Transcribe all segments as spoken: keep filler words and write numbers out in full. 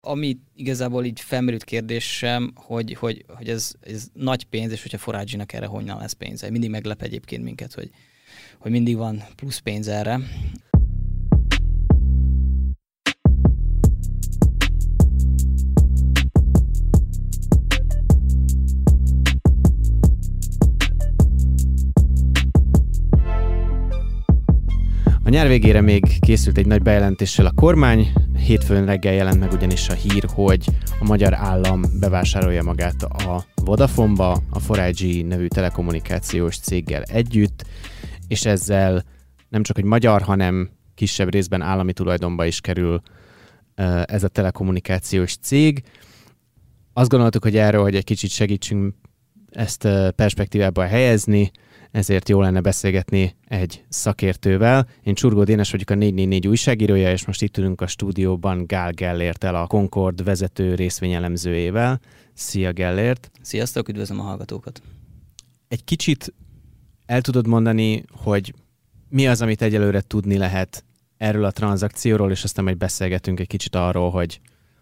Ami igazából így felmerült kérdésem, hogy, hogy, hogy ez, ez nagy pénz, és hogyha four I G-nak erre honnan lesz pénze. Mindig meglep egyébként minket, hogy, hogy mindig van plusz pénz erre. A nyár végére még készült egy nagy bejelentéssel a kormány. Hétfőn reggel jelent meg ugyanis a hír, hogy a magyar állam bevásárolja magát a Vodafone-ba, a four I G nevű telekommunikációs céggel együtt, és ezzel nem csak hogy magyar, hanem kisebb részben állami tulajdonba is kerül ez a telekommunikációs cég. Azt gondoltuk, hogy erről, hogy egy kicsit segítsünk ezt perspektívába helyezni, ezért jó lenne beszélgetni egy szakértővel. Én Csurgó Dénes vagyok, a négy négy négy újságírója, és most itt ülünk a stúdióban Gál Gellérttel, a Concord vezető részvényelemzőjével. Szia Gellért! Sziasztok, üdvözlöm a hallgatókat! Egy kicsit el tudod mondani, hogy mi az, amit egyelőre tudni lehet erről a tranzakcióról, és aztán majd beszélgetünk egy kicsit arról, hogy,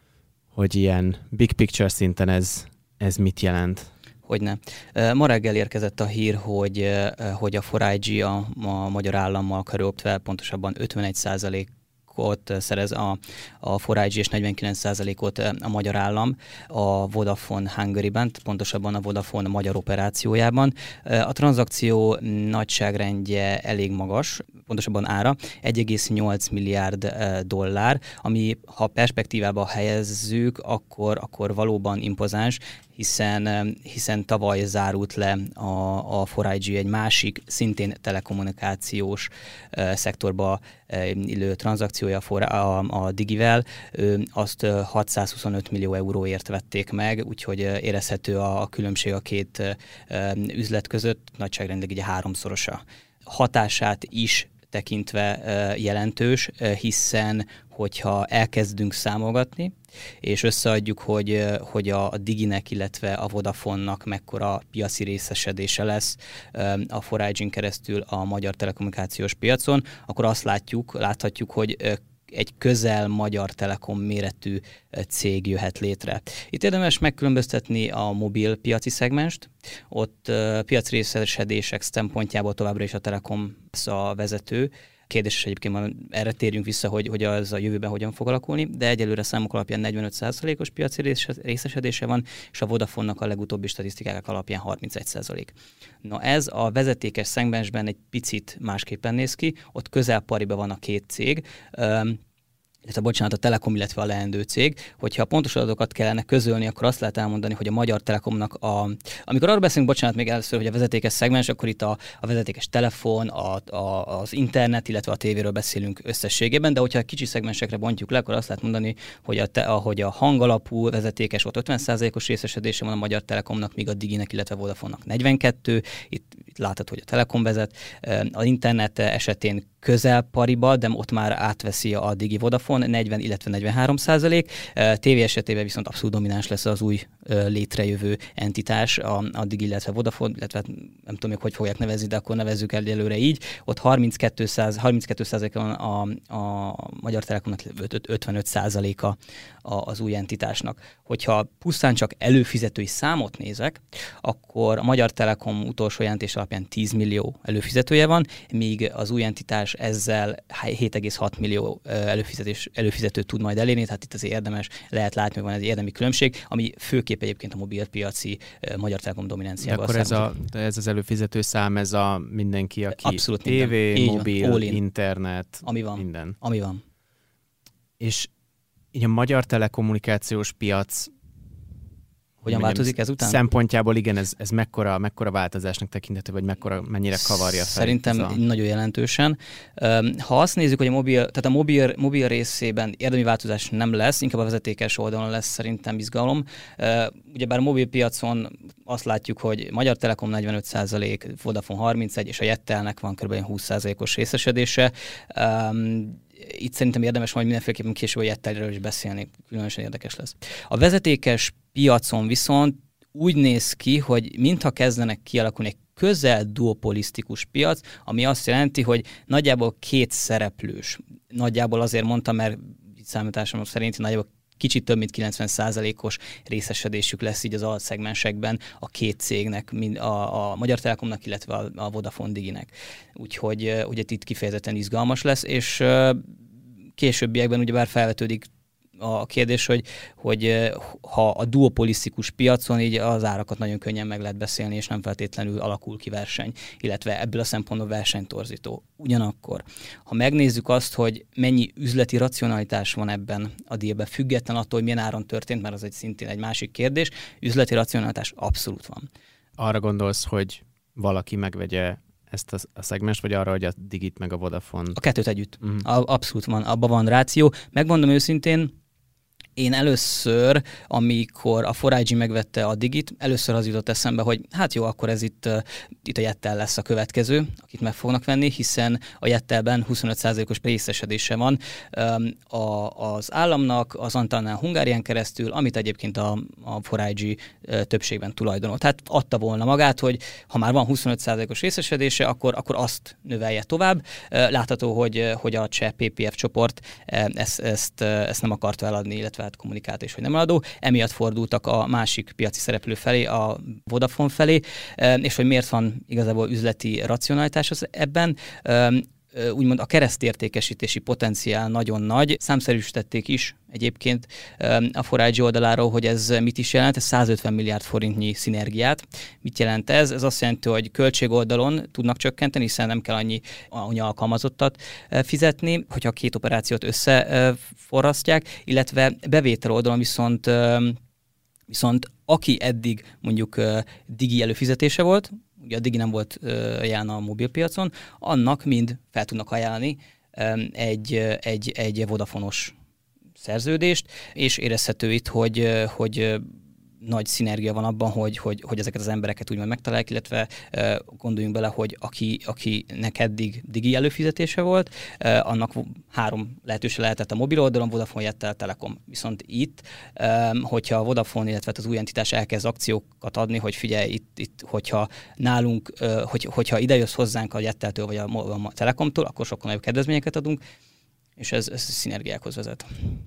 hogy ilyen big picture szinten ez, ez mit jelent? Hogyne. Ma reggel érkezett a hír, hogy, hogy a four I G a, a magyar állammal karöltve pontosabban ötvenegy százalékot szerez a, a four I G és negyvenkilenc százalékot a magyar állam a Vodafone Hungary-ben, pontosabban a Vodafone magyar operációjában. A tranzakció nagyságrendje elég magas, pontosabban ára egy egész nyolc milliárd dollár, ami ha perspektívába helyezzük, akkor, akkor valóban impozáns, hiszen, hiszen tavaly zárult le a, a four I G egy másik, szintén telekommunikációs uh, szektorba uh, illő tranzakciója a, a, a Digivel, uh, azt uh, hatszázhuszonöt millió euróért vették meg, úgyhogy uh, érezhető a, a különbség a két uh, üzlet között, nagyságrendileg ugye háromszorosa. Hatását is tekintve uh, jelentős, uh, hiszen hogyha elkezdünk számolgatni, és összeadjuk, hogy, hogy a Diginek, illetve a Vodafone-nak mekkora piaci részesedése lesz a four I G-n keresztül a magyar telekommunikációs piacon, akkor azt látjuk, láthatjuk, hogy egy közel Magyar Telekom méretű cég jöhet létre. Itt érdemes megkülönböztetni a mobil piaci szegmenst, ott piaci részesedések szempontjából továbbra is a Telekom a vezető. Kérdéses egyébként, már erre térjünk vissza, hogy, hogy az a jövőben hogyan fog alakulni, de egyelőre számok alapján negyvenöt százalékos piaci részesedése van, és a Vodafone-nak a legutóbbi statisztikák alapján harmincegy százalék. Na ez a vezetékes szegmensben egy picit másképpen néz ki, ott közel pariba van a két cég, illetve bocsánat, a Telekom, illetve a leendő cég, hogyha pontos adatokat kellene közölni, akkor azt lehet elmondani, hogy a Magyar Telekomnak a... Amikor arról beszélünk, bocsánat, még először, hogy a vezetékes szegmens, akkor itt a, a vezetékes telefon, a, a, az internet, illetve a tévéről beszélünk összességében, de hogyha kicsi szegmensekre bontjuk le, akkor azt lehet mondani, hogy a, te, ahogy a hangalapú vezetékes ott ötven százalékos részesedése van a Magyar Telekomnak, míg a Diginek, illetve a Vodafone-nak negyvenkettő, itt, itt látható, hogy a Telekom vezet. Az internet esetén közel pariba, de ott már átveszi a Digi Vodafone, negyven, illetve negyvenhárom százalék. Tévé esetében viszont abszolút domináns lesz az új létrejövő entitás, a, a Digi, illetve Vodafone, illetve nem tudom még, hogy fogják nevezni, de akkor nevezzük el előre így. Ott harminckettő százalék van a, a Magyar Telekomnak, ötvenöt százaléka az új entitásnak. Hogyha pusztán csak előfizetői számot nézek, akkor a Magyar Telekom utolsó jelentés alapján tíz millió előfizetője van, míg az új entitás ezzel hét egész hat millió előfizetés, előfizetőt tud majd elérni, tehát itt azért érdemes, lehet látni, hogy van egy érdemi különbség, ami főképp egyébként a mobilpiaci Magyar Telekom dominanciával akkor ez, a, ez az előfizető szám, ez a mindenki, aki abszolút tévé, minden. mobil, internet, ami van. minden. Ami van. És így a magyar telekommunikációs piac hogyan mondjam, változik ezután? Szempontjából igen, ez, ez mekkora, mekkora változásnak tekinthető, vagy mekkora, mennyire kavarja fel? Szerintem a... nagyon jelentősen. Ha azt nézzük, hogy a mobil, tehát a mobil, mobil részében érdemi változás nem lesz, inkább a vezetékes oldalon lesz szerintem izgalom. Ugyebár a mobil piacon azt látjuk, hogy Magyar Telekom negyvenöt százalék, Vodafone harmincegy és a Jettelnek van kb. húsz százalékos részesedése. Itt szerintem érdemes majd mindenféleképpen később a Jettelről is beszélni, különösen érdekes lesz. A vezetékes piacon viszont úgy néz ki, hogy mintha kezdenek kialakulni egy közel duopolisztikus piac, ami azt jelenti, hogy nagyjából két szereplős. Nagyjából azért mondtam, mert számításom szerint nagyjából kicsit több mint kilencven százalékos részesedésük lesz így az alszegmensekben a két cégnek, a, a Magyar Telekomnak, illetve a, a Vodafone Diginek. Úgyhogy ugye itt kifejezetten izgalmas lesz, és későbbiekben ugyebár felvetődik a kérdés, hogy, hogy ha a duopolisztikus piacon így az árakat nagyon könnyen meg lehet beszélni, és nem feltétlenül alakul ki verseny, illetve ebből a szempontból versenytorzító. Ugyanakkor, ha megnézzük azt, hogy mennyi üzleti racionalitás van ebben a dealben, független attól, hogy milyen áron történt, mert az egy szintén egy másik kérdés, üzleti racionalitás abszolút van. Arra gondolsz, hogy valaki megvegye ezt a, a szegmest, vagy arra, hogy a Digit meg a Vodafone? A kettőt együtt. Mm. Abszolút van, abban van ráció. Megmondom őszintén, én először, amikor a four I G megvette a Digit, először az jutott eszembe, hogy hát jó, akkor ez itt, itt a Jettel lesz a következő, akit meg fognak venni, hiszen a Jettelben huszonöt százalékos részesedése van a, az államnak, az Antennán Hungárián keresztül, amit egyébként a, a four I G többségben tulajdonol. Tehát adta volna magát, hogy ha már van huszonöt százalékos részesedése, akkor, akkor azt növelje tovább. Látható, hogy, hogy a cseh P P F csoport ezt, ezt, ezt nem akarta eladni, illetve kommunikált és hogy nem eladó, emiatt fordultak a másik piaci szereplő felé, a Vodafone felé, és hogy miért van igazából üzleti racionalitás ebben. Úgymond a keresztértékesítési potenciál nagyon nagy. Számszerűsítették is egyébként a four I G oldaláról, hogy ez mit is jelent, ez százötven milliárd forintnyi szinergiát. Mit jelent ez? Ez azt jelenti, hogy költségoldalon tudnak csökkenteni, hiszen nem kell annyi, annyi alkalmazottat fizetni, hogyha a két operációt összeforrasztják, illetve bevétel oldalon viszont, viszont aki eddig mondjuk digi előfizetése volt, ugye a Digi nem volt uh, jelen a mobilpiacon, annak mind fel tudnak ajánlani um, egy, egy, egy Vodafonos szerződést, és érezhető itt, hogy, hogy nagy szinergia van abban, hogy, hogy, hogy ezeket az embereket úgymond megtalálják, illetve uh, gondoljunk bele, hogy aki, akinek eddig Digi előfizetése volt, uh, annak három lehetőség lehetett a mobil oldalon, Vodafone, Jettel, Telekom. Viszont itt, um, hogyha a Vodafone, illetve az új entitás elkezd akciókat adni, hogy figyelj, itt, itt hogyha nálunk, uh, hogy, hogyha ide jössz hozzánk a Jetteltől vagy a, a Telekomtól, akkor sokkal nagyobb kedvezményeket adunk, és ez, ez szinergiákhoz vezet.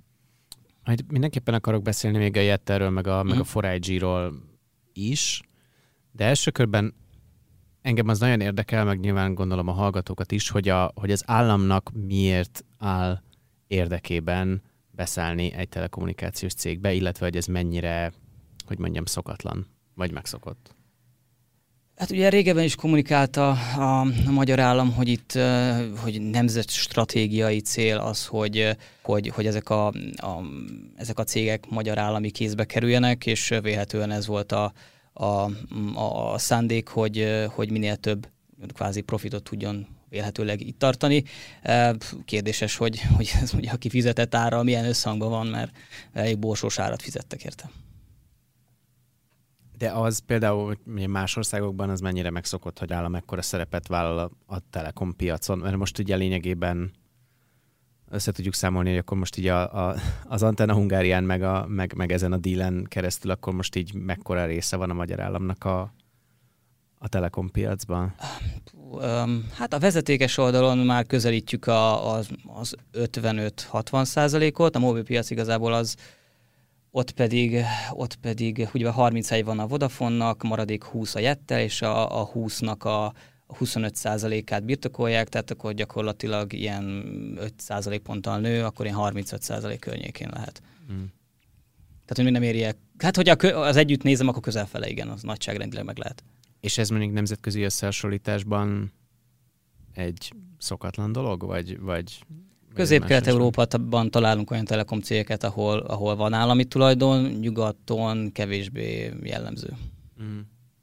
Majd mindenképpen akarok beszélni még a Jettelről, meg a, mm. meg a four I G-ról is, de első körben engem az nagyon érdekel, meg nyilván gondolom a hallgatókat is, hogy, a, hogy az államnak miért áll érdekében beszállni egy telekommunikációs cégbe, illetve hogy ez mennyire, hogy mondjam, szokatlan, vagy megszokott. Hát ugye régebben is kommunikálta a, a magyar állam, hogy itt hogy nemzetstratégiai cél az, hogy, hogy, hogy ezek, a, a, ezek a cégek magyar állami kézbe kerüljenek, és vélhetően ez volt a, a, a, a szándék, hogy, hogy minél több kvázi profitot tudjon vélhetőleg itt tartani. Kérdéses, hogy, hogy ez ugye a kifizetett ára milyen összhangban van, mert elég borsós árat fizettek érte. De az például más országokban az mennyire megszokott, hogy állam ekkora szerepet vállal a, a telekom piacon, mert most ugye lényegében össze tudjuk számolni, hogy akkor most így a, a, az Antennán Hungárián meg, a, meg, meg ezen a dílen keresztül, akkor most így mekkora része van a magyar államnak a, a telekom piacban? Hát a vezetékes oldalon már közelítjük a, az, az ötvenöt-hatvan százalékot, a mobilpiac igazából az Ott pedig, ott pedig ugye harmincegy van a Vodafonnak, maradék húsz a Jettel, és a, a húsznak a huszonöt százalékát birtokolják, tehát akkor gyakorlatilag ilyen öt százalékponttal nő, akkor ilyen harmincöt százalék környékén lehet. Hmm. Tehát, hogy még nem érjek. Hát, hogy az együtt nézem, akkor közelfele, igen, az nagyságrendileg meg lehet. És ez mondjuk nemzetközi összehasonlításban egy szokatlan dolog, vagy... vagy... Közép-Kelet-Európában találunk olyan telekom cégeket, ahol, ahol van állami tulajdon, nyugaton kevésbé jellemző. Mm.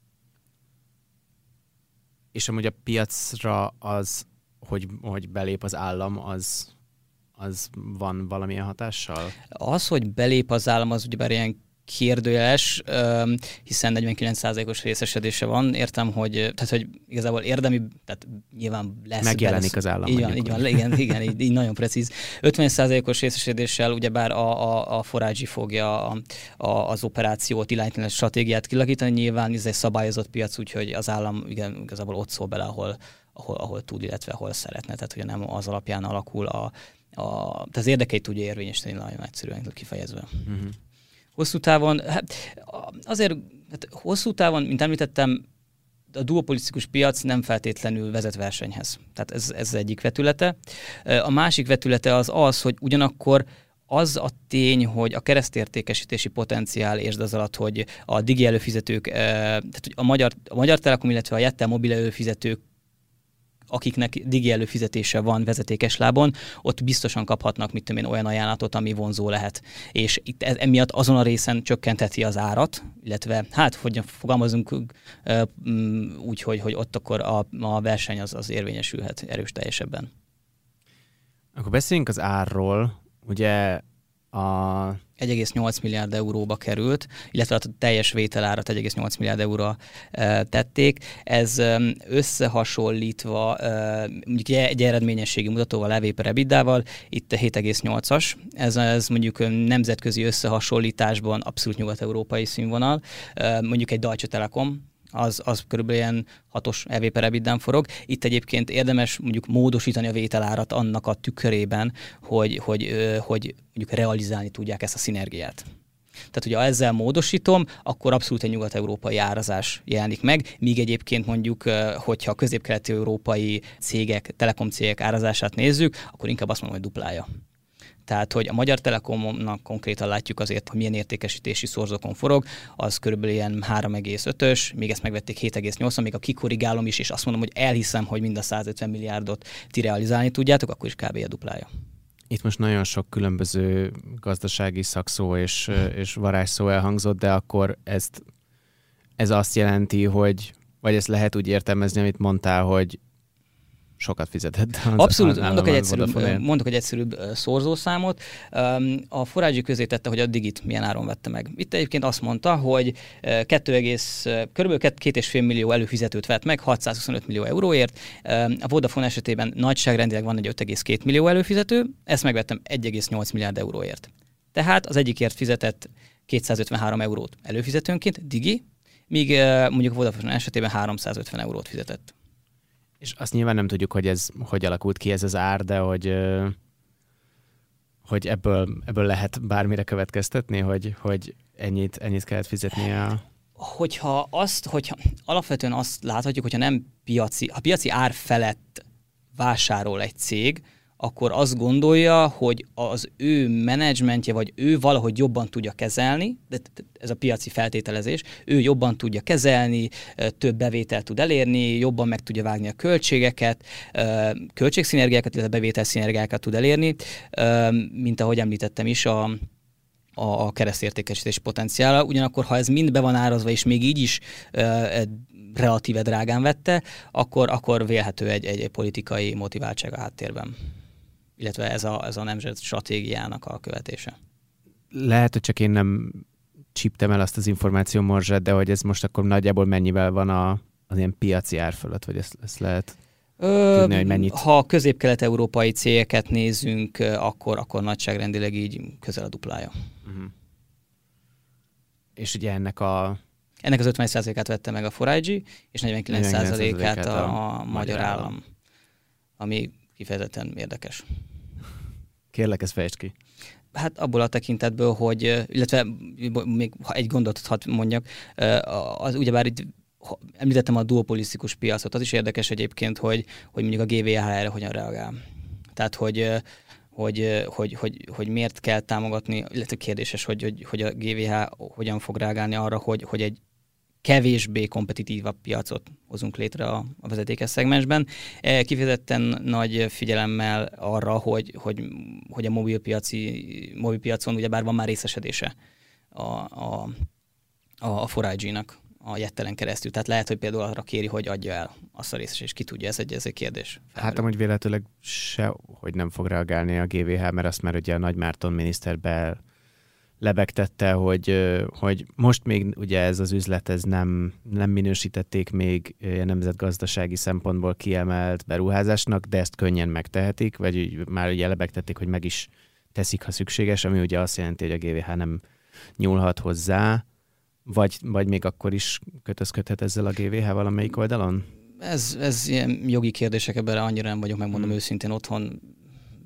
És amúgy a piacra az, hogy, hogy belép az állam, az, az van valamilyen hatással? Az, hogy belép az állam, az ugyebár ilyen kérdőjeles, hiszen negyvenkilenc százalékos részesedése van. Értem, hogy, tehát, hogy igazából érdemi, tehát nyilván lesz. Megjelenik lesz, az állam. Így van, így van, igen, igen így, így nagyon precíz. ötven százalékos részesedéssel ugyebár a, a, a four I G fogja a, a, az operációt, irányítani, stratégiát kilakítani. Nyilván ez egy szabályozott piac, úgyhogy az állam igen, igazából ott szól bele, ahol, ahol, ahol tud, illetve ahol szeretne. Tehát, hogy nem az alapján alakul a a, az érdekeit tudja érvényesíteni, nagyon egyszerűen kifejezve. Uh-huh. Hosszú távon, hát azért hát hosszú távon, mint említettem, a duopolisztikus piac nem feltétlenül vezet versenyhez. Tehát ez, ez egyik vetülete. A másik vetülete az az, hogy ugyanakkor az a tény, hogy a keresztértékesítési potenciál, értsd az alatt, hogy a digi előfizetők, tehát a Magyar, a Magyar Telekom, illetve a Jettel mobil előfizetők, akiknek digi előfizetése van vezetékes lábon, ott biztosan kaphatnak, mit tudom én, olyan ajánlatot, ami vonzó lehet. És itt ez, emiatt azon a részen csökkentheti az árat, illetve hát, hogy fogalmazunk úgy, hogy, hogy ott akkor a, a verseny az, az érvényesülhet erős teljesebben. Akkor beszéljünk az árról. Ugye a... egy egész nyolc milliárd euróba került, illetve a teljes vételárat egy egész nyolc milliárd euróra e, tették. Ez összehasonlítva e, mondjuk egy eredményességi mutatóval, E V per EBITDA-val, itt hét egész nyolcas. Ez, ez mondjuk nemzetközi összehasonlításban abszolút nyugat-európai színvonal. E, mondjuk egy Deutsche Telekom, az, az körülbelül ilyen hatos E V per EBITDA-n forog. Itt egyébként érdemes mondjuk módosítani a vételárat annak a tükörében, hogy, hogy, hogy mondjuk realizálni tudják ezt a szinergiát. Tehát, hogyha ezzel módosítom, akkor abszolút egy nyugat-európai árazás jelenik meg, míg egyébként mondjuk, hogyha a közép-keleti európai cégek, telekom cégek árazását nézzük, akkor inkább azt mondom, hogy duplája. Tehát, hogy a Magyar Telekomnak konkrétan látjuk azért, hogy milyen értékesítési szorzókon forog, az körülbelül ilyen három egész ötös, még ezt megvették hét egész nyolcas, még a kikorrigálom is, és azt mondom, hogy elhiszem, hogy mind a százötven milliárdot ti realizálni tudjátok, akkor is kb. A duplája. Itt most nagyon sok különböző gazdasági szakszó és, és varázsszó elhangzott, de akkor ezt, ez azt jelenti, hogy, vagy ezt lehet úgy értelmezni, amit mondtál, hogy sokat fizetett. Az, Abszolút, az mondok, egy egyszerűbb, mondok egy egyszerűbb szórzószámot. A Forágyi közé tette, hogy a Digit milyen áron vette meg. Itt egyébként azt mondta, hogy kettő, körülbelül két egész öt millió előfizetőt vett meg, hatszázhuszonöt millió euróért. A Vodafone esetében nagyságrendileg van egy öt egész két millió előfizető, ezt megvettem egy egész nyolc milliárd euróért. Tehát az egyikért fizetett kétszázötvenhárom eurót előfizetőnként, Digi, míg mondjuk a Vodafone esetében háromszázötven eurót fizetett. És azt nyilván nem tudjuk, hogy ez hogy alakult ki ez az ár, de hogy, hogy ebből, ebből lehet bármire következtetni, hogy, hogy ennyit, ennyit kellett fizetnie. Hogyha azt, hogyha alapvetően azt láthatjuk, hogyha nem piaci, ha piaci ár felett vásárol egy cég, akkor azt gondolja, hogy az ő menedzsmentje, vagy ő valahogy jobban tudja kezelni, de ez a piaci feltételezés, ő jobban tudja kezelni, több bevételt tud elérni, jobban meg tudja vágni a költségeket, költségszinergiákat, illetve bevételszinergiákat tud elérni, mint ahogy említettem is, a a keresztértékesítési potenciála. Ugyanakkor, ha ez mind be van árazva, és még így is uh, relatíve drágán vette, akkor, akkor vélhető egy, egy, egy politikai motiváltság a háttérben. Illetve ez a, ez a nemzet stratégiának a követése. Lehet, hogy csak én nem csíptem el azt az információ morzsát, de hogy ez most akkor nagyjából mennyivel van a, az ilyen piaci ár fölött, vagy ezt, ezt lehet Ö, tudni, hogy mennyit? Ha közép-kelet-európai cégeket nézünk, akkor, akkor nagyságrendileg így közel a duplája. Uh-huh. És ugye ennek a... Ennek az ötven százalékát vette meg a Forágyi, és negyvenkilenc százalékát a, a, a magyar állam, állam, ami kifejezetten érdekes. Kérlek, ezt fejtsd ki. Hát abból a tekintetből, hogy, illetve még egy gondolatot hadd mondjak, az ugyebár itt említettem a duopolisztikus piacot, az is érdekes egyébként, hogy, hogy mondjuk a gé vé há erre hogyan reagál. Tehát, hogy, hogy, hogy, hogy, hogy miért kell támogatni, illetve kérdéses, hogy, hogy, hogy a gé vé há hogyan fog reagálni arra, hogy, hogy egy kevésbé kompetitívabb piacot hozunk létre a, a vezetékes szegmensben. Kifejezetten nagy figyelemmel arra, hogy, hogy, hogy a mobilpiaci, mobilpiacon ugyebár van már részesedése a, a, a Forágyi-nak a Jettelen keresztül. Tehát lehet, hogy például arra kéri, hogy adja el azt a részes, és ki tudja, ez egy, ez egy kérdés. Hát amúgy véletlenül se, hogy nem fog reagálni a gé vé há, mert azt már ugye a Nagy Márton miniszter be lebegtette, hogy, hogy most még ugye ez az üzlet, ez nem, nem minősítették még nemzetgazdasági szempontból kiemelt beruházásnak, de ezt könnyen megtehetik, vagy már ugye lebegtették, hogy meg is teszik, ha szükséges, ami ugye azt jelenti, hogy a gé vé há nem nyúlhat hozzá, vagy, vagy még akkor is kötözködhet ezzel a gé vé há valamelyik oldalon? Ez, ez ilyen jogi kérdések, ebben annyira nem vagyok, megmondom hmm. őszintén otthon.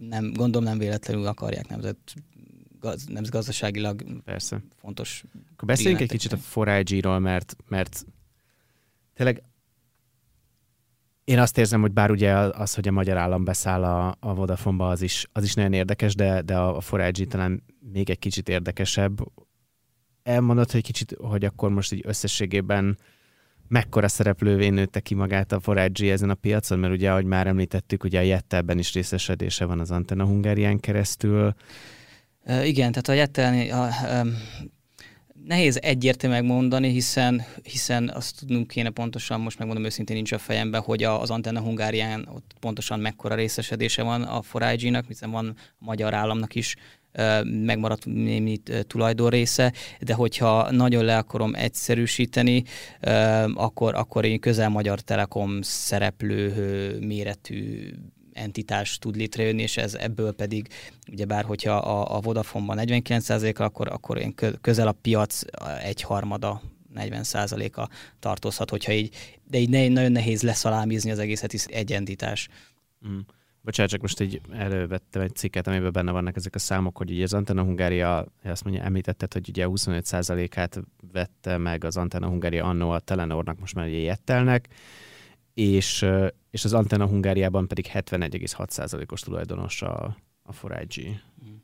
nem, gondolom nem véletlenül akarják nemzet, gaz, nemzetgazdaságilag Persze. fontos. Akkor beszéljünk egy kicsit a four I G-ról, mert, mert tényleg én azt érzem, hogy bár ugye az, hogy a magyar állam beszáll a, a Vodafone-ba, az is, az is nagyon érdekes, de, de a four I G talán még egy kicsit érdekesebb. Elmondod, hogy kicsit, hogy akkor most így összességében mekkora szereplővé nőtte ki magát a four I G ezen a piacon, mert ugye, ahogy már említettük, ugye a Jettelben is részesedése van az Antenna Hungarián keresztül. Uh, igen, tehát a Jettel uh, um, nehéz egyértelműen megmondani, hiszen, hiszen azt tudnunk kéne pontosan, most megmondom őszintén nincs a fejemben, hogy az Antenna Hungarián ott pontosan mekkora részesedése van a four I G-nak, hiszen van a magyar államnak is megmaradt némi tulajdonrésze, de hogyha nagyon le akarom egyszerűsíteni, akkor, akkor én közel Magyar Telekom szereplő méretű entitás tud létrejönni, és ez ebből pedig, ugyebár, hogyha a, a Vodafone-ban negyvenkilenc százaléka, akkor, akkor én közel a piac egyharmada, negyven százaléka tartozhat, hogyha így, de így ne, nagyon nehéz leszalámizni az egészet, hisz egy entitás. Mm. Bocsánat, csak most így elővettem egy cikket, amiben benne vannak ezek a számok, hogy ugye az Antenna Hungária, azt mondja, említetted, hogy ugye huszonöt százalékát vette meg az Antenna Hungária annó a Telenornak, most már ugye Jettelnek, és, és az Antenna Hungáriában pedig hetvenegy egész hat százalékos tulajdonos a, a four I G.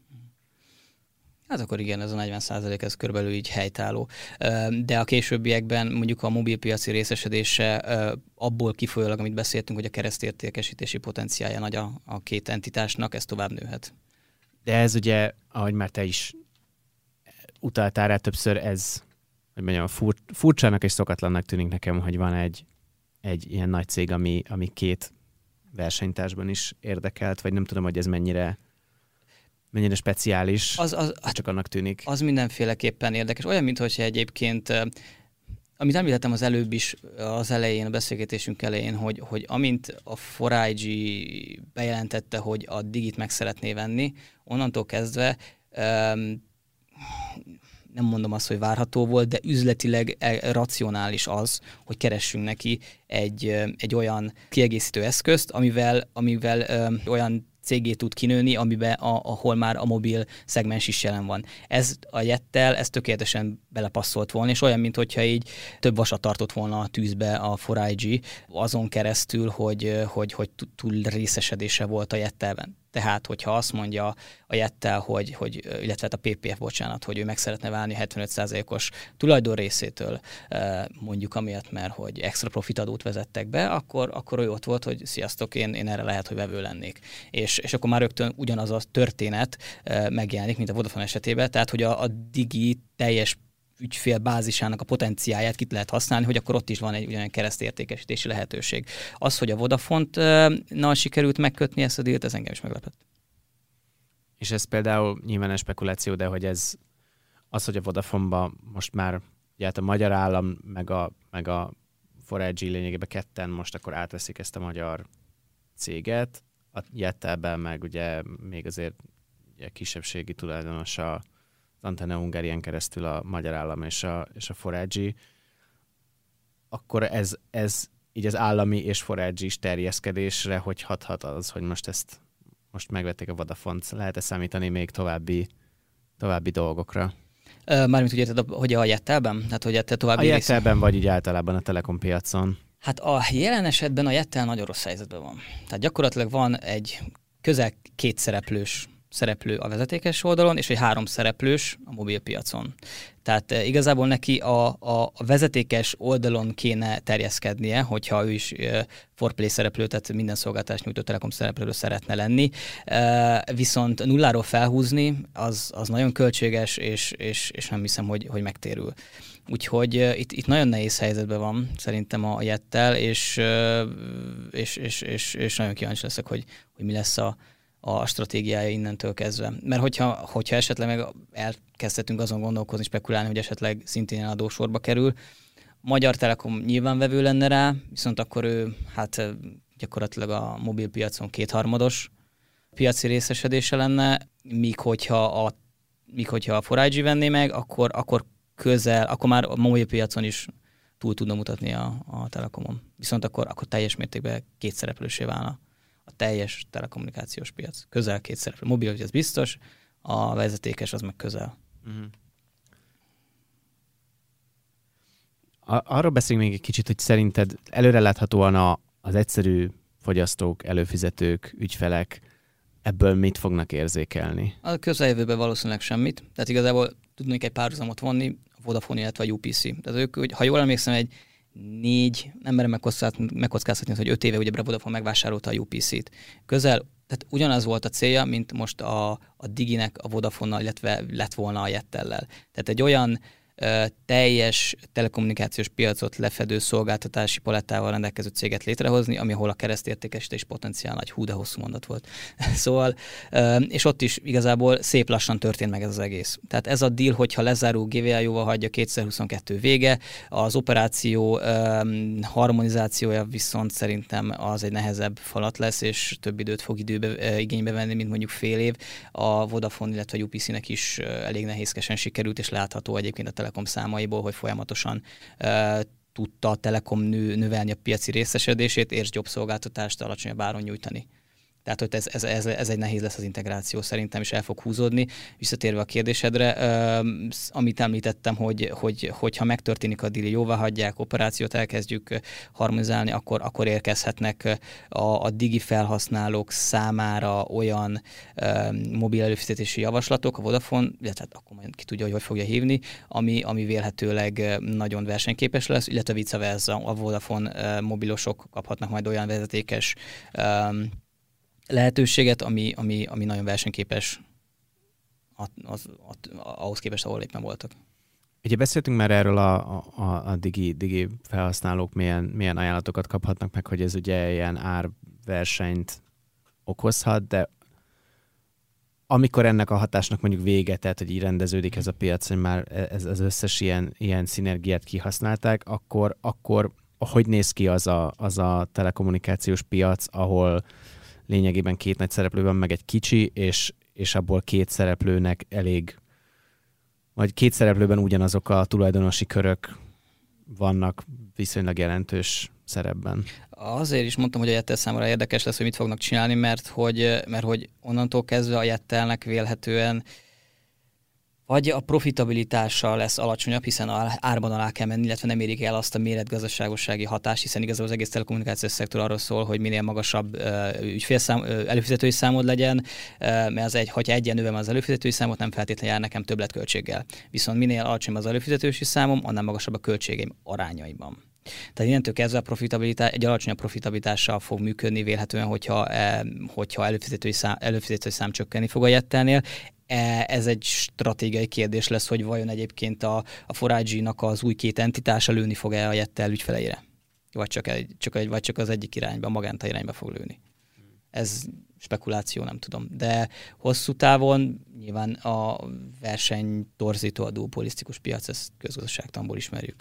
Hát akkor igen, ez a negyven százalék, ez körülbelül így helytálló. De a későbbiekben mondjuk a mobilpiaci részesedése abból kifolyólag, amit beszéltünk, hogy a keresztértékesítési potenciálja nagy a, a két entitásnak, ez tovább nőhet. De ez ugye, ahogy már te is utaltál rá többször, ez, hogy mondjam, fur, furcsának és szokatlannak tűnik nekem, hogy van egy, egy ilyen nagy cég, ami, ami két versenytársban is érdekelt, vagy nem tudom, hogy ez mennyire mennyire speciális, az, az, csak annak tűnik. Az mindenféleképpen érdekes. Olyan, mintha egyébként, amit említettem az előbb is, az elején, a beszélgetésünk elején, hogy, hogy amint a four I G bejelentette, hogy a Digit meg szeretné venni, onnantól kezdve um, nem mondom azt, hogy várható volt, de üzletileg racionális az, hogy keressünk neki egy, egy olyan kiegészítő eszközt, amivel, amivel um, olyan cégé tud kinőni, amiben a, ahol már a mobil szegmens is jelen van. Ez a Jettel, ez tökéletesen belepasszolt volna, és olyan, mintha így több vasat tartott volna a tűzbe a four I G, azon keresztül, hogy, hogy, hogy túl részesedése volt a Jettelben. Tehát, hogyha azt mondja a Jettel, hogy, hogy, illetve a P P F, bocsánat, hogy ő meg szeretne válni hetvenöt százalékos tulajdonrészétől, mondjuk amiatt, mert hogy extra profit adót vezettek be, akkor, akkor ő ott volt, hogy sziasztok, én, én erre lehet, hogy vevő lennék. És, és akkor már rögtön ugyanaz a történet megjelenik, mint a Vodafone esetében, tehát, hogy a, a Digi teljes ügyfélbázisának a potenciáját ki lehet használni, hogy akkor ott is van egy ugyanolyan keresztértékesítési lehetőség. Az, hogy a Vodafone-nal sikerült megkötni ezt a dílt, ez engem is meglepett. És ez például nyilván egy spekuláció, de hogy ez az, hogy a Vodafone-ba most már ugye hát a magyar állam meg a, meg a four I G lényegében ketten most akkor átveszik ezt a magyar céget, a Jettelben meg ugye még azért ugye kisebbségi tulajdonosa az Antenna Hungarián keresztül a magyar állam és a, és a four I G, akkor ez, ez így az állami és four I G-s terjeszkedésre hogy hathat az, hogy most ezt most megvették a Vodafone-t, lehet-e számítani még további, további dolgokra? Mármint úgy érted, hogy a Jettelben? Hát, hogy Jettel további a Jettelben vagy így általában a Telekom piacon? Hát a jelen esetben a Jettel nagyon rossz helyzetben van. Tehát gyakorlatilag van egy közel két szereplős szereplő a vezetékes oldalon, és egy három szereplős a mobilpiacon. Tehát e, igazából neki a, a, a vezetékes oldalon kéne terjeszkednie, hogyha ő is e, four Play szereplő, tehát minden szolgáltatást nyújtó Telekom szereplőről szeretne lenni. E, viszont nulláról felhúzni, az, az nagyon költséges, és, és, és nem hiszem, hogy, hogy megtérül. Úgyhogy uh, itt, itt nagyon nehéz helyzetben van szerintem a Jettel, és, uh, és, és, és, és nagyon kíváncsi leszek, hogy, hogy mi lesz a, a stratégiája innentől kezdve. Mert hogyha, hogyha esetleg meg elkezdhetünk azon gondolkozni, spekulálni, hogy esetleg szintén adósorba kerül, Magyar Telekom nyilván vevő lenne rá, viszont akkor ő hát gyakorlatilag a mobilpiacon kétharmados piaci részesedése lenne, míg hogyha a, míg hogyha a four I G venné meg, akkor, akkor közel, akkor már a mobilpiacon is túl tudna mutatni a, a Telekomon. Viszont akkor, akkor teljes mértékben kétszereplősé válna a teljes telekommunikációs piac. Közel két szereplő. Mobil, hogy ez biztos, a vezetékes az meg közel. Uh-huh. Arról beszéljünk még egy kicsit, hogy szerinted előreláthatóan a, az egyszerű fogyasztók, előfizetők, ügyfelek ebből mit fognak érzékelni? A közeljövőben valószínűleg semmit. Tehát igazából tudnék egy párhuzamot vonni, a Vodafone, illetve a u pé cé. Tehát ők, hogy, ha jól emlékszem, egy négy, nem merem megkockáztatni, hogy öt éve ugye a Vodafone megvásárolta a u pé cét. Közel, tehát ugyanaz volt a célja, mint most a, a Diginek a Vodafonnal, illetve lett volna a Jettellel. Tehát egy olyan teljes telekommunikációs piacot lefedő szolgáltatási palettával rendelkező céget létrehozni, ami ahol a keresztértékesítés potenciál nagy, hú, de hosszú mondat volt. Szóval, és ott is igazából szép lassan történt meg ez az egész. Tehát ez a deal, hogyha lezárul, gé vé á jóval hagyja, kétezer-huszonkettő vége, az operáció harmonizációja viszont szerintem az egy nehezebb falat lesz, és több időt fog időbe, igénybe venni, mint mondjuk fél év. A Vodafone, illetve a u pé cének is elég nehézkesen sikerült, és látható egyébként a Telekom számaiból, hogy folyamatosan uh, tudta a Telekom nő, növelni a piaci részesedését, és jobb szolgáltatást alacsonyabb áron nyújtani. Tehát, hogy ez, ez, ez, ez egy nehéz lesz az integráció szerintem, és el fog húzódni. Visszatérve a kérdésedre, uh, amit említettem, hogy, hogy, hogyha megtörténik a deal, jóvá hagyják, operációt elkezdjük harmonizálni, akkor, akkor érkezhetnek a, a digi felhasználók számára olyan uh, mobil előfizetési javaslatok, a Vodafone, illetve akkor majd ki tudja, hogy hogy fogja hívni, ami, ami vélhetőleg nagyon versenyképes lesz, illetve vice versa, a Vodafone uh, mobilosok kaphatnak majd olyan vezetékes um, lehetőséget, ami, ami, ami nagyon versenyképes az, az, az, ahhoz képest, ahol éppen voltak. Ugye beszéltünk már erről a, a, a digi, digi felhasználók milyen, milyen ajánlatokat kaphatnak meg, hogy ez ugye ilyen árversenyt okozhat, de amikor ennek a hatásnak mondjuk vége, tehát hogy így rendeződik ez a piac, hogy már ez az összes ilyen, ilyen szinergiát kihasználták, akkor, akkor hogy néz ki az a, az a telekommunikációs piac, ahol lényegében két nagy szereplő van, meg egy kicsi, és, és abból két szereplőnek elég, vagy két szereplőben ugyanazok a tulajdonosi körök vannak viszonylag jelentős szerepben. Azért is mondtam, hogy a Jettel számára érdekes lesz, hogy mit fognak csinálni, mert hogy, mert hogy onnantól kezdve a Jettelnek vélhetően vagy a profitabilitása lesz alacsonyabb, hiszen árban alá kell menni, illetve nem érik el azt a méretgazdaságossági hatást, hiszen igazából az egész telekommunikációs szektor arról szól, hogy minél magasabb uh, ügyfélszám, uh, előfizetői számod legyen, uh, mert az egy, hogyha egyen növem az előfizetői számot, nem feltétlenül jár nekem többletköltséggel. Viszont minél alacsonyabb az előfizetői számom, annál magasabb a költségeim arányaiban. Tehát innentől kezdve a profitabilitás, egy alacsonyabb profitabilitással fog működni vélhetően, hogyha, eh, hogyha előfizetői, szám, előfizetői szám csökkenni fog a Jettelnél. Ez egy stratégiai kérdés lesz, hogy vajon egyébként a, a four G-nak az új két entitása lőni fog-e a Jettel ügyfeleire? Vagy csak, egy, csak egy, vagy csak az egyik irányba, a magánta irányba fog lőni. Ez spekuláció, nem tudom. De hosszú távon nyilván a verseny torzító, a duopolisztikus piac, ezt közgazdaságtanból ismerjük.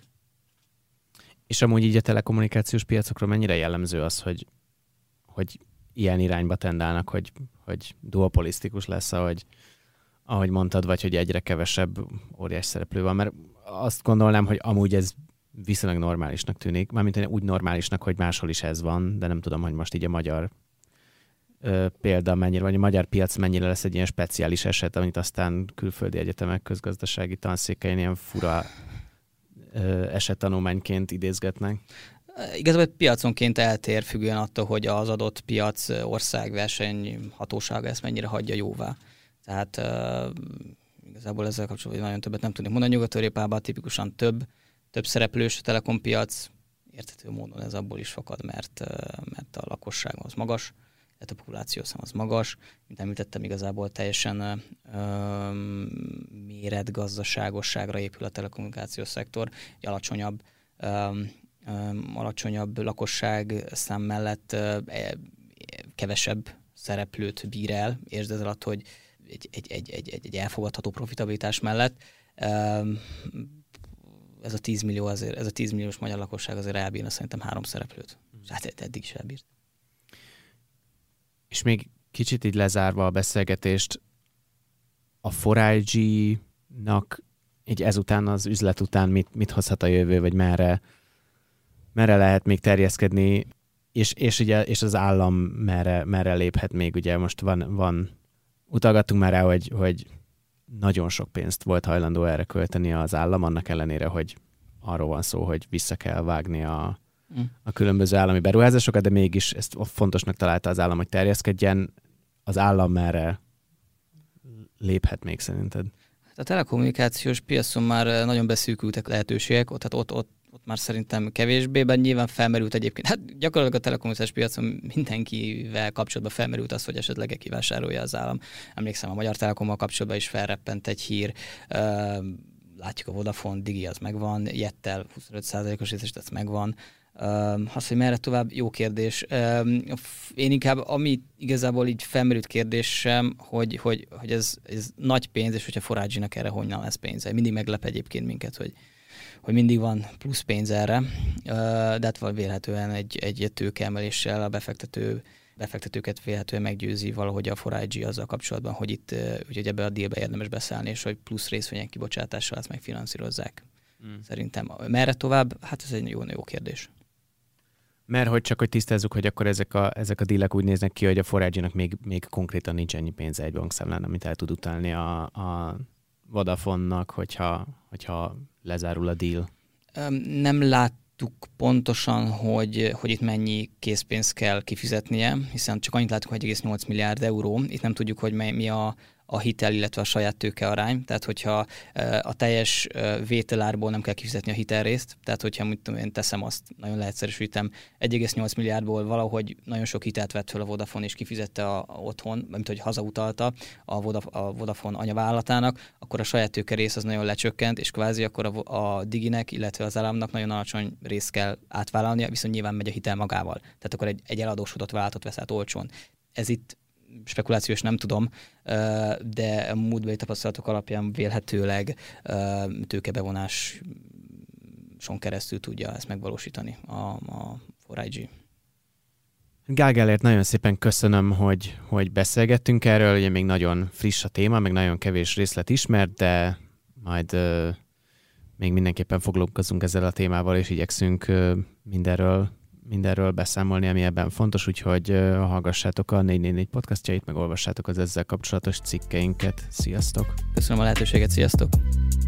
És amúgy így a telekommunikációs piacokról mennyire jellemző az, hogy, hogy ilyen irányba tendálnak, hogy, hogy duopolisztikus lesz, ahogy ahogy mondtad, vagy hogy egyre kevesebb óriás szereplő van, mert azt gondolnám, hogy amúgy ez viszonylag normálisnak tűnik, mármint úgy normálisnak, hogy máshol is ez van, de nem tudom, hogy most így a magyar ö, példa mennyire, vagy a magyar piac mennyire lesz egy ilyen speciális eset, amit aztán külföldi egyetemek közgazdasági tanszékein ilyen fura ö, esettanulmányként idézgetnek. Igazából piaconként eltér függően attól, hogy az adott piac ország versenyhatósága ezt mennyire hagyja jóvá. Tehát uh, igazából ezzel kapcsolatban nagyon többet nem tudnék mondani. Nyugat-Európában tipikusan több, több szereplős a telekompiac, érthető módon ez abból is fakad, mert, uh, mert a lakosság az magas, tehát a populációszám az magas. Mint említettem, igazából teljesen uh, méretgazdaságosságra épül a telekommunikációs szektor, egy alacsonyabb, um, um, alacsonyabb lakosság szám mellett uh, kevesebb szereplőt bír el, értsd ez alatt, hogy Egy, egy, egy, egy, egy elfogadható profitabilitás mellett. Ez a tíz millió azért, ez a tíz milliós magyar lakosság azért elbírna szerintem három szereplőt. Hát eddig is elbírt. És még kicsit így lezárva a beszélgetést, a four G-nak így ezután, az üzlet után mit, mit hozhat a jövő, vagy merre, merre lehet még terjeszkedni? és, és, ugye, és az állam merre, merre léphet még, ugye most van, van utalgattunk már rá, hogy, hogy nagyon sok pénzt volt hajlandó erre költeni az állam, annak ellenére, hogy arról van szó, hogy vissza kell vágni a, a különböző állami beruházásokat, de mégis ezt fontosnak találta az állam, hogy terjeszkedjen. Az állam merre léphet még szerinted? A telekommunikációs piacon már nagyon beszűkültek lehetőségek, ott, ott, ott, ott már szerintem kevésbé, bár nyilván felmerült egyébként. Hát gyakorlatilag a telekommunikációs piacon mindenkivel kapcsolatban felmerült az, hogy esetleg kivásárolja az állam. Emlékszem, a Magyar Telekommal kapcsolatban is felreppent egy hír. Látjuk a Vodafone, Digi az megvan, Jettel huszonöt százalékos részest, ez megvan. Um, az, hogy merre tovább, jó kérdés. Um, én inkább, ami igazából így felmerült kérdésem, hogy, hogy, hogy ez, ez nagy pénz, és hogyha four i gé-nek erre honnan lesz pénze. Mindig meglep egyébként minket, hogy, hogy mindig van plusz pénz erre, uh, de hát vélhetően egy, egy tőkeemeléssel a befektető, befektetőket vélhetően meggyőzi valahogy a four i gé azzal kapcsolatban, hogy itt úgyhogy ebbe a dealbe érdemes beszállni, és hogy plusz részvények kibocsátással ezt megfinanszírozzák. Mm. Szerintem. Merre tovább? Hát ez egy jó, jó kérdés. Mert hogy csak hogy tisztázzuk, hogy akkor ezek a, ezek a dílek úgy néznek ki, hogy a four i gé-nak még, még konkrétan nincs ennyi pénze egy bankszámlán, amit el tud utalni a, a Vodafone-nak, hogyha, hogyha lezárul a deal. Nem láttuk pontosan, hogy, hogy itt mennyi készpénzt kell kifizetnie, hiszen csak annyit látunk, hogy egy egész nyolc milliárd euró. Itt nem tudjuk, hogy mi a a hitel, illetve a saját tőke arány. Tehát, hogyha a teljes vételárból nem kell kifizetni a hitelrészt, tehát, hogyha mit tudom, én teszem azt, nagyon leegyszerűsítem, egy egész nyolc milliárdból valahogy nagyon sok hitelt vett föl a Vodafone, és kifizette a, a otthon, mint hogy hazautalta a, Vodaf- a Vodafone anyavállalatának, akkor a saját tőke rész az nagyon lecsökkent, és kvázi akkor a, a Diginek, illetve az államnak nagyon alacsony részt kell átvállalnia, viszont nyilván megy a hitel magával. Tehát akkor egy, egy eladósodott vállalatot vesz át olcsón. Ez itt spekulációs nem tudom, de a múltbeli tapasztalatok alapján vélhetőleg tőkebevonáson keresztül tudja ezt megvalósítani a, a four i gé. Gál Gellért nagyon szépen köszönöm, hogy, hogy beszélgettünk erről, ugye még nagyon friss a téma, meg nagyon kevés részlet ismert, de majd uh, még mindenképpen foglalkozunk ezzel a témával, és igyekszünk uh, mindenről mindenről beszámolni, ami ebben fontos, úgyhogy uh, hallgassátok a négy négy négy podcastjait, meg olvassátok az ezzel kapcsolatos cikkeinket. Sziasztok! Köszönöm a lehetőséget, sziasztok!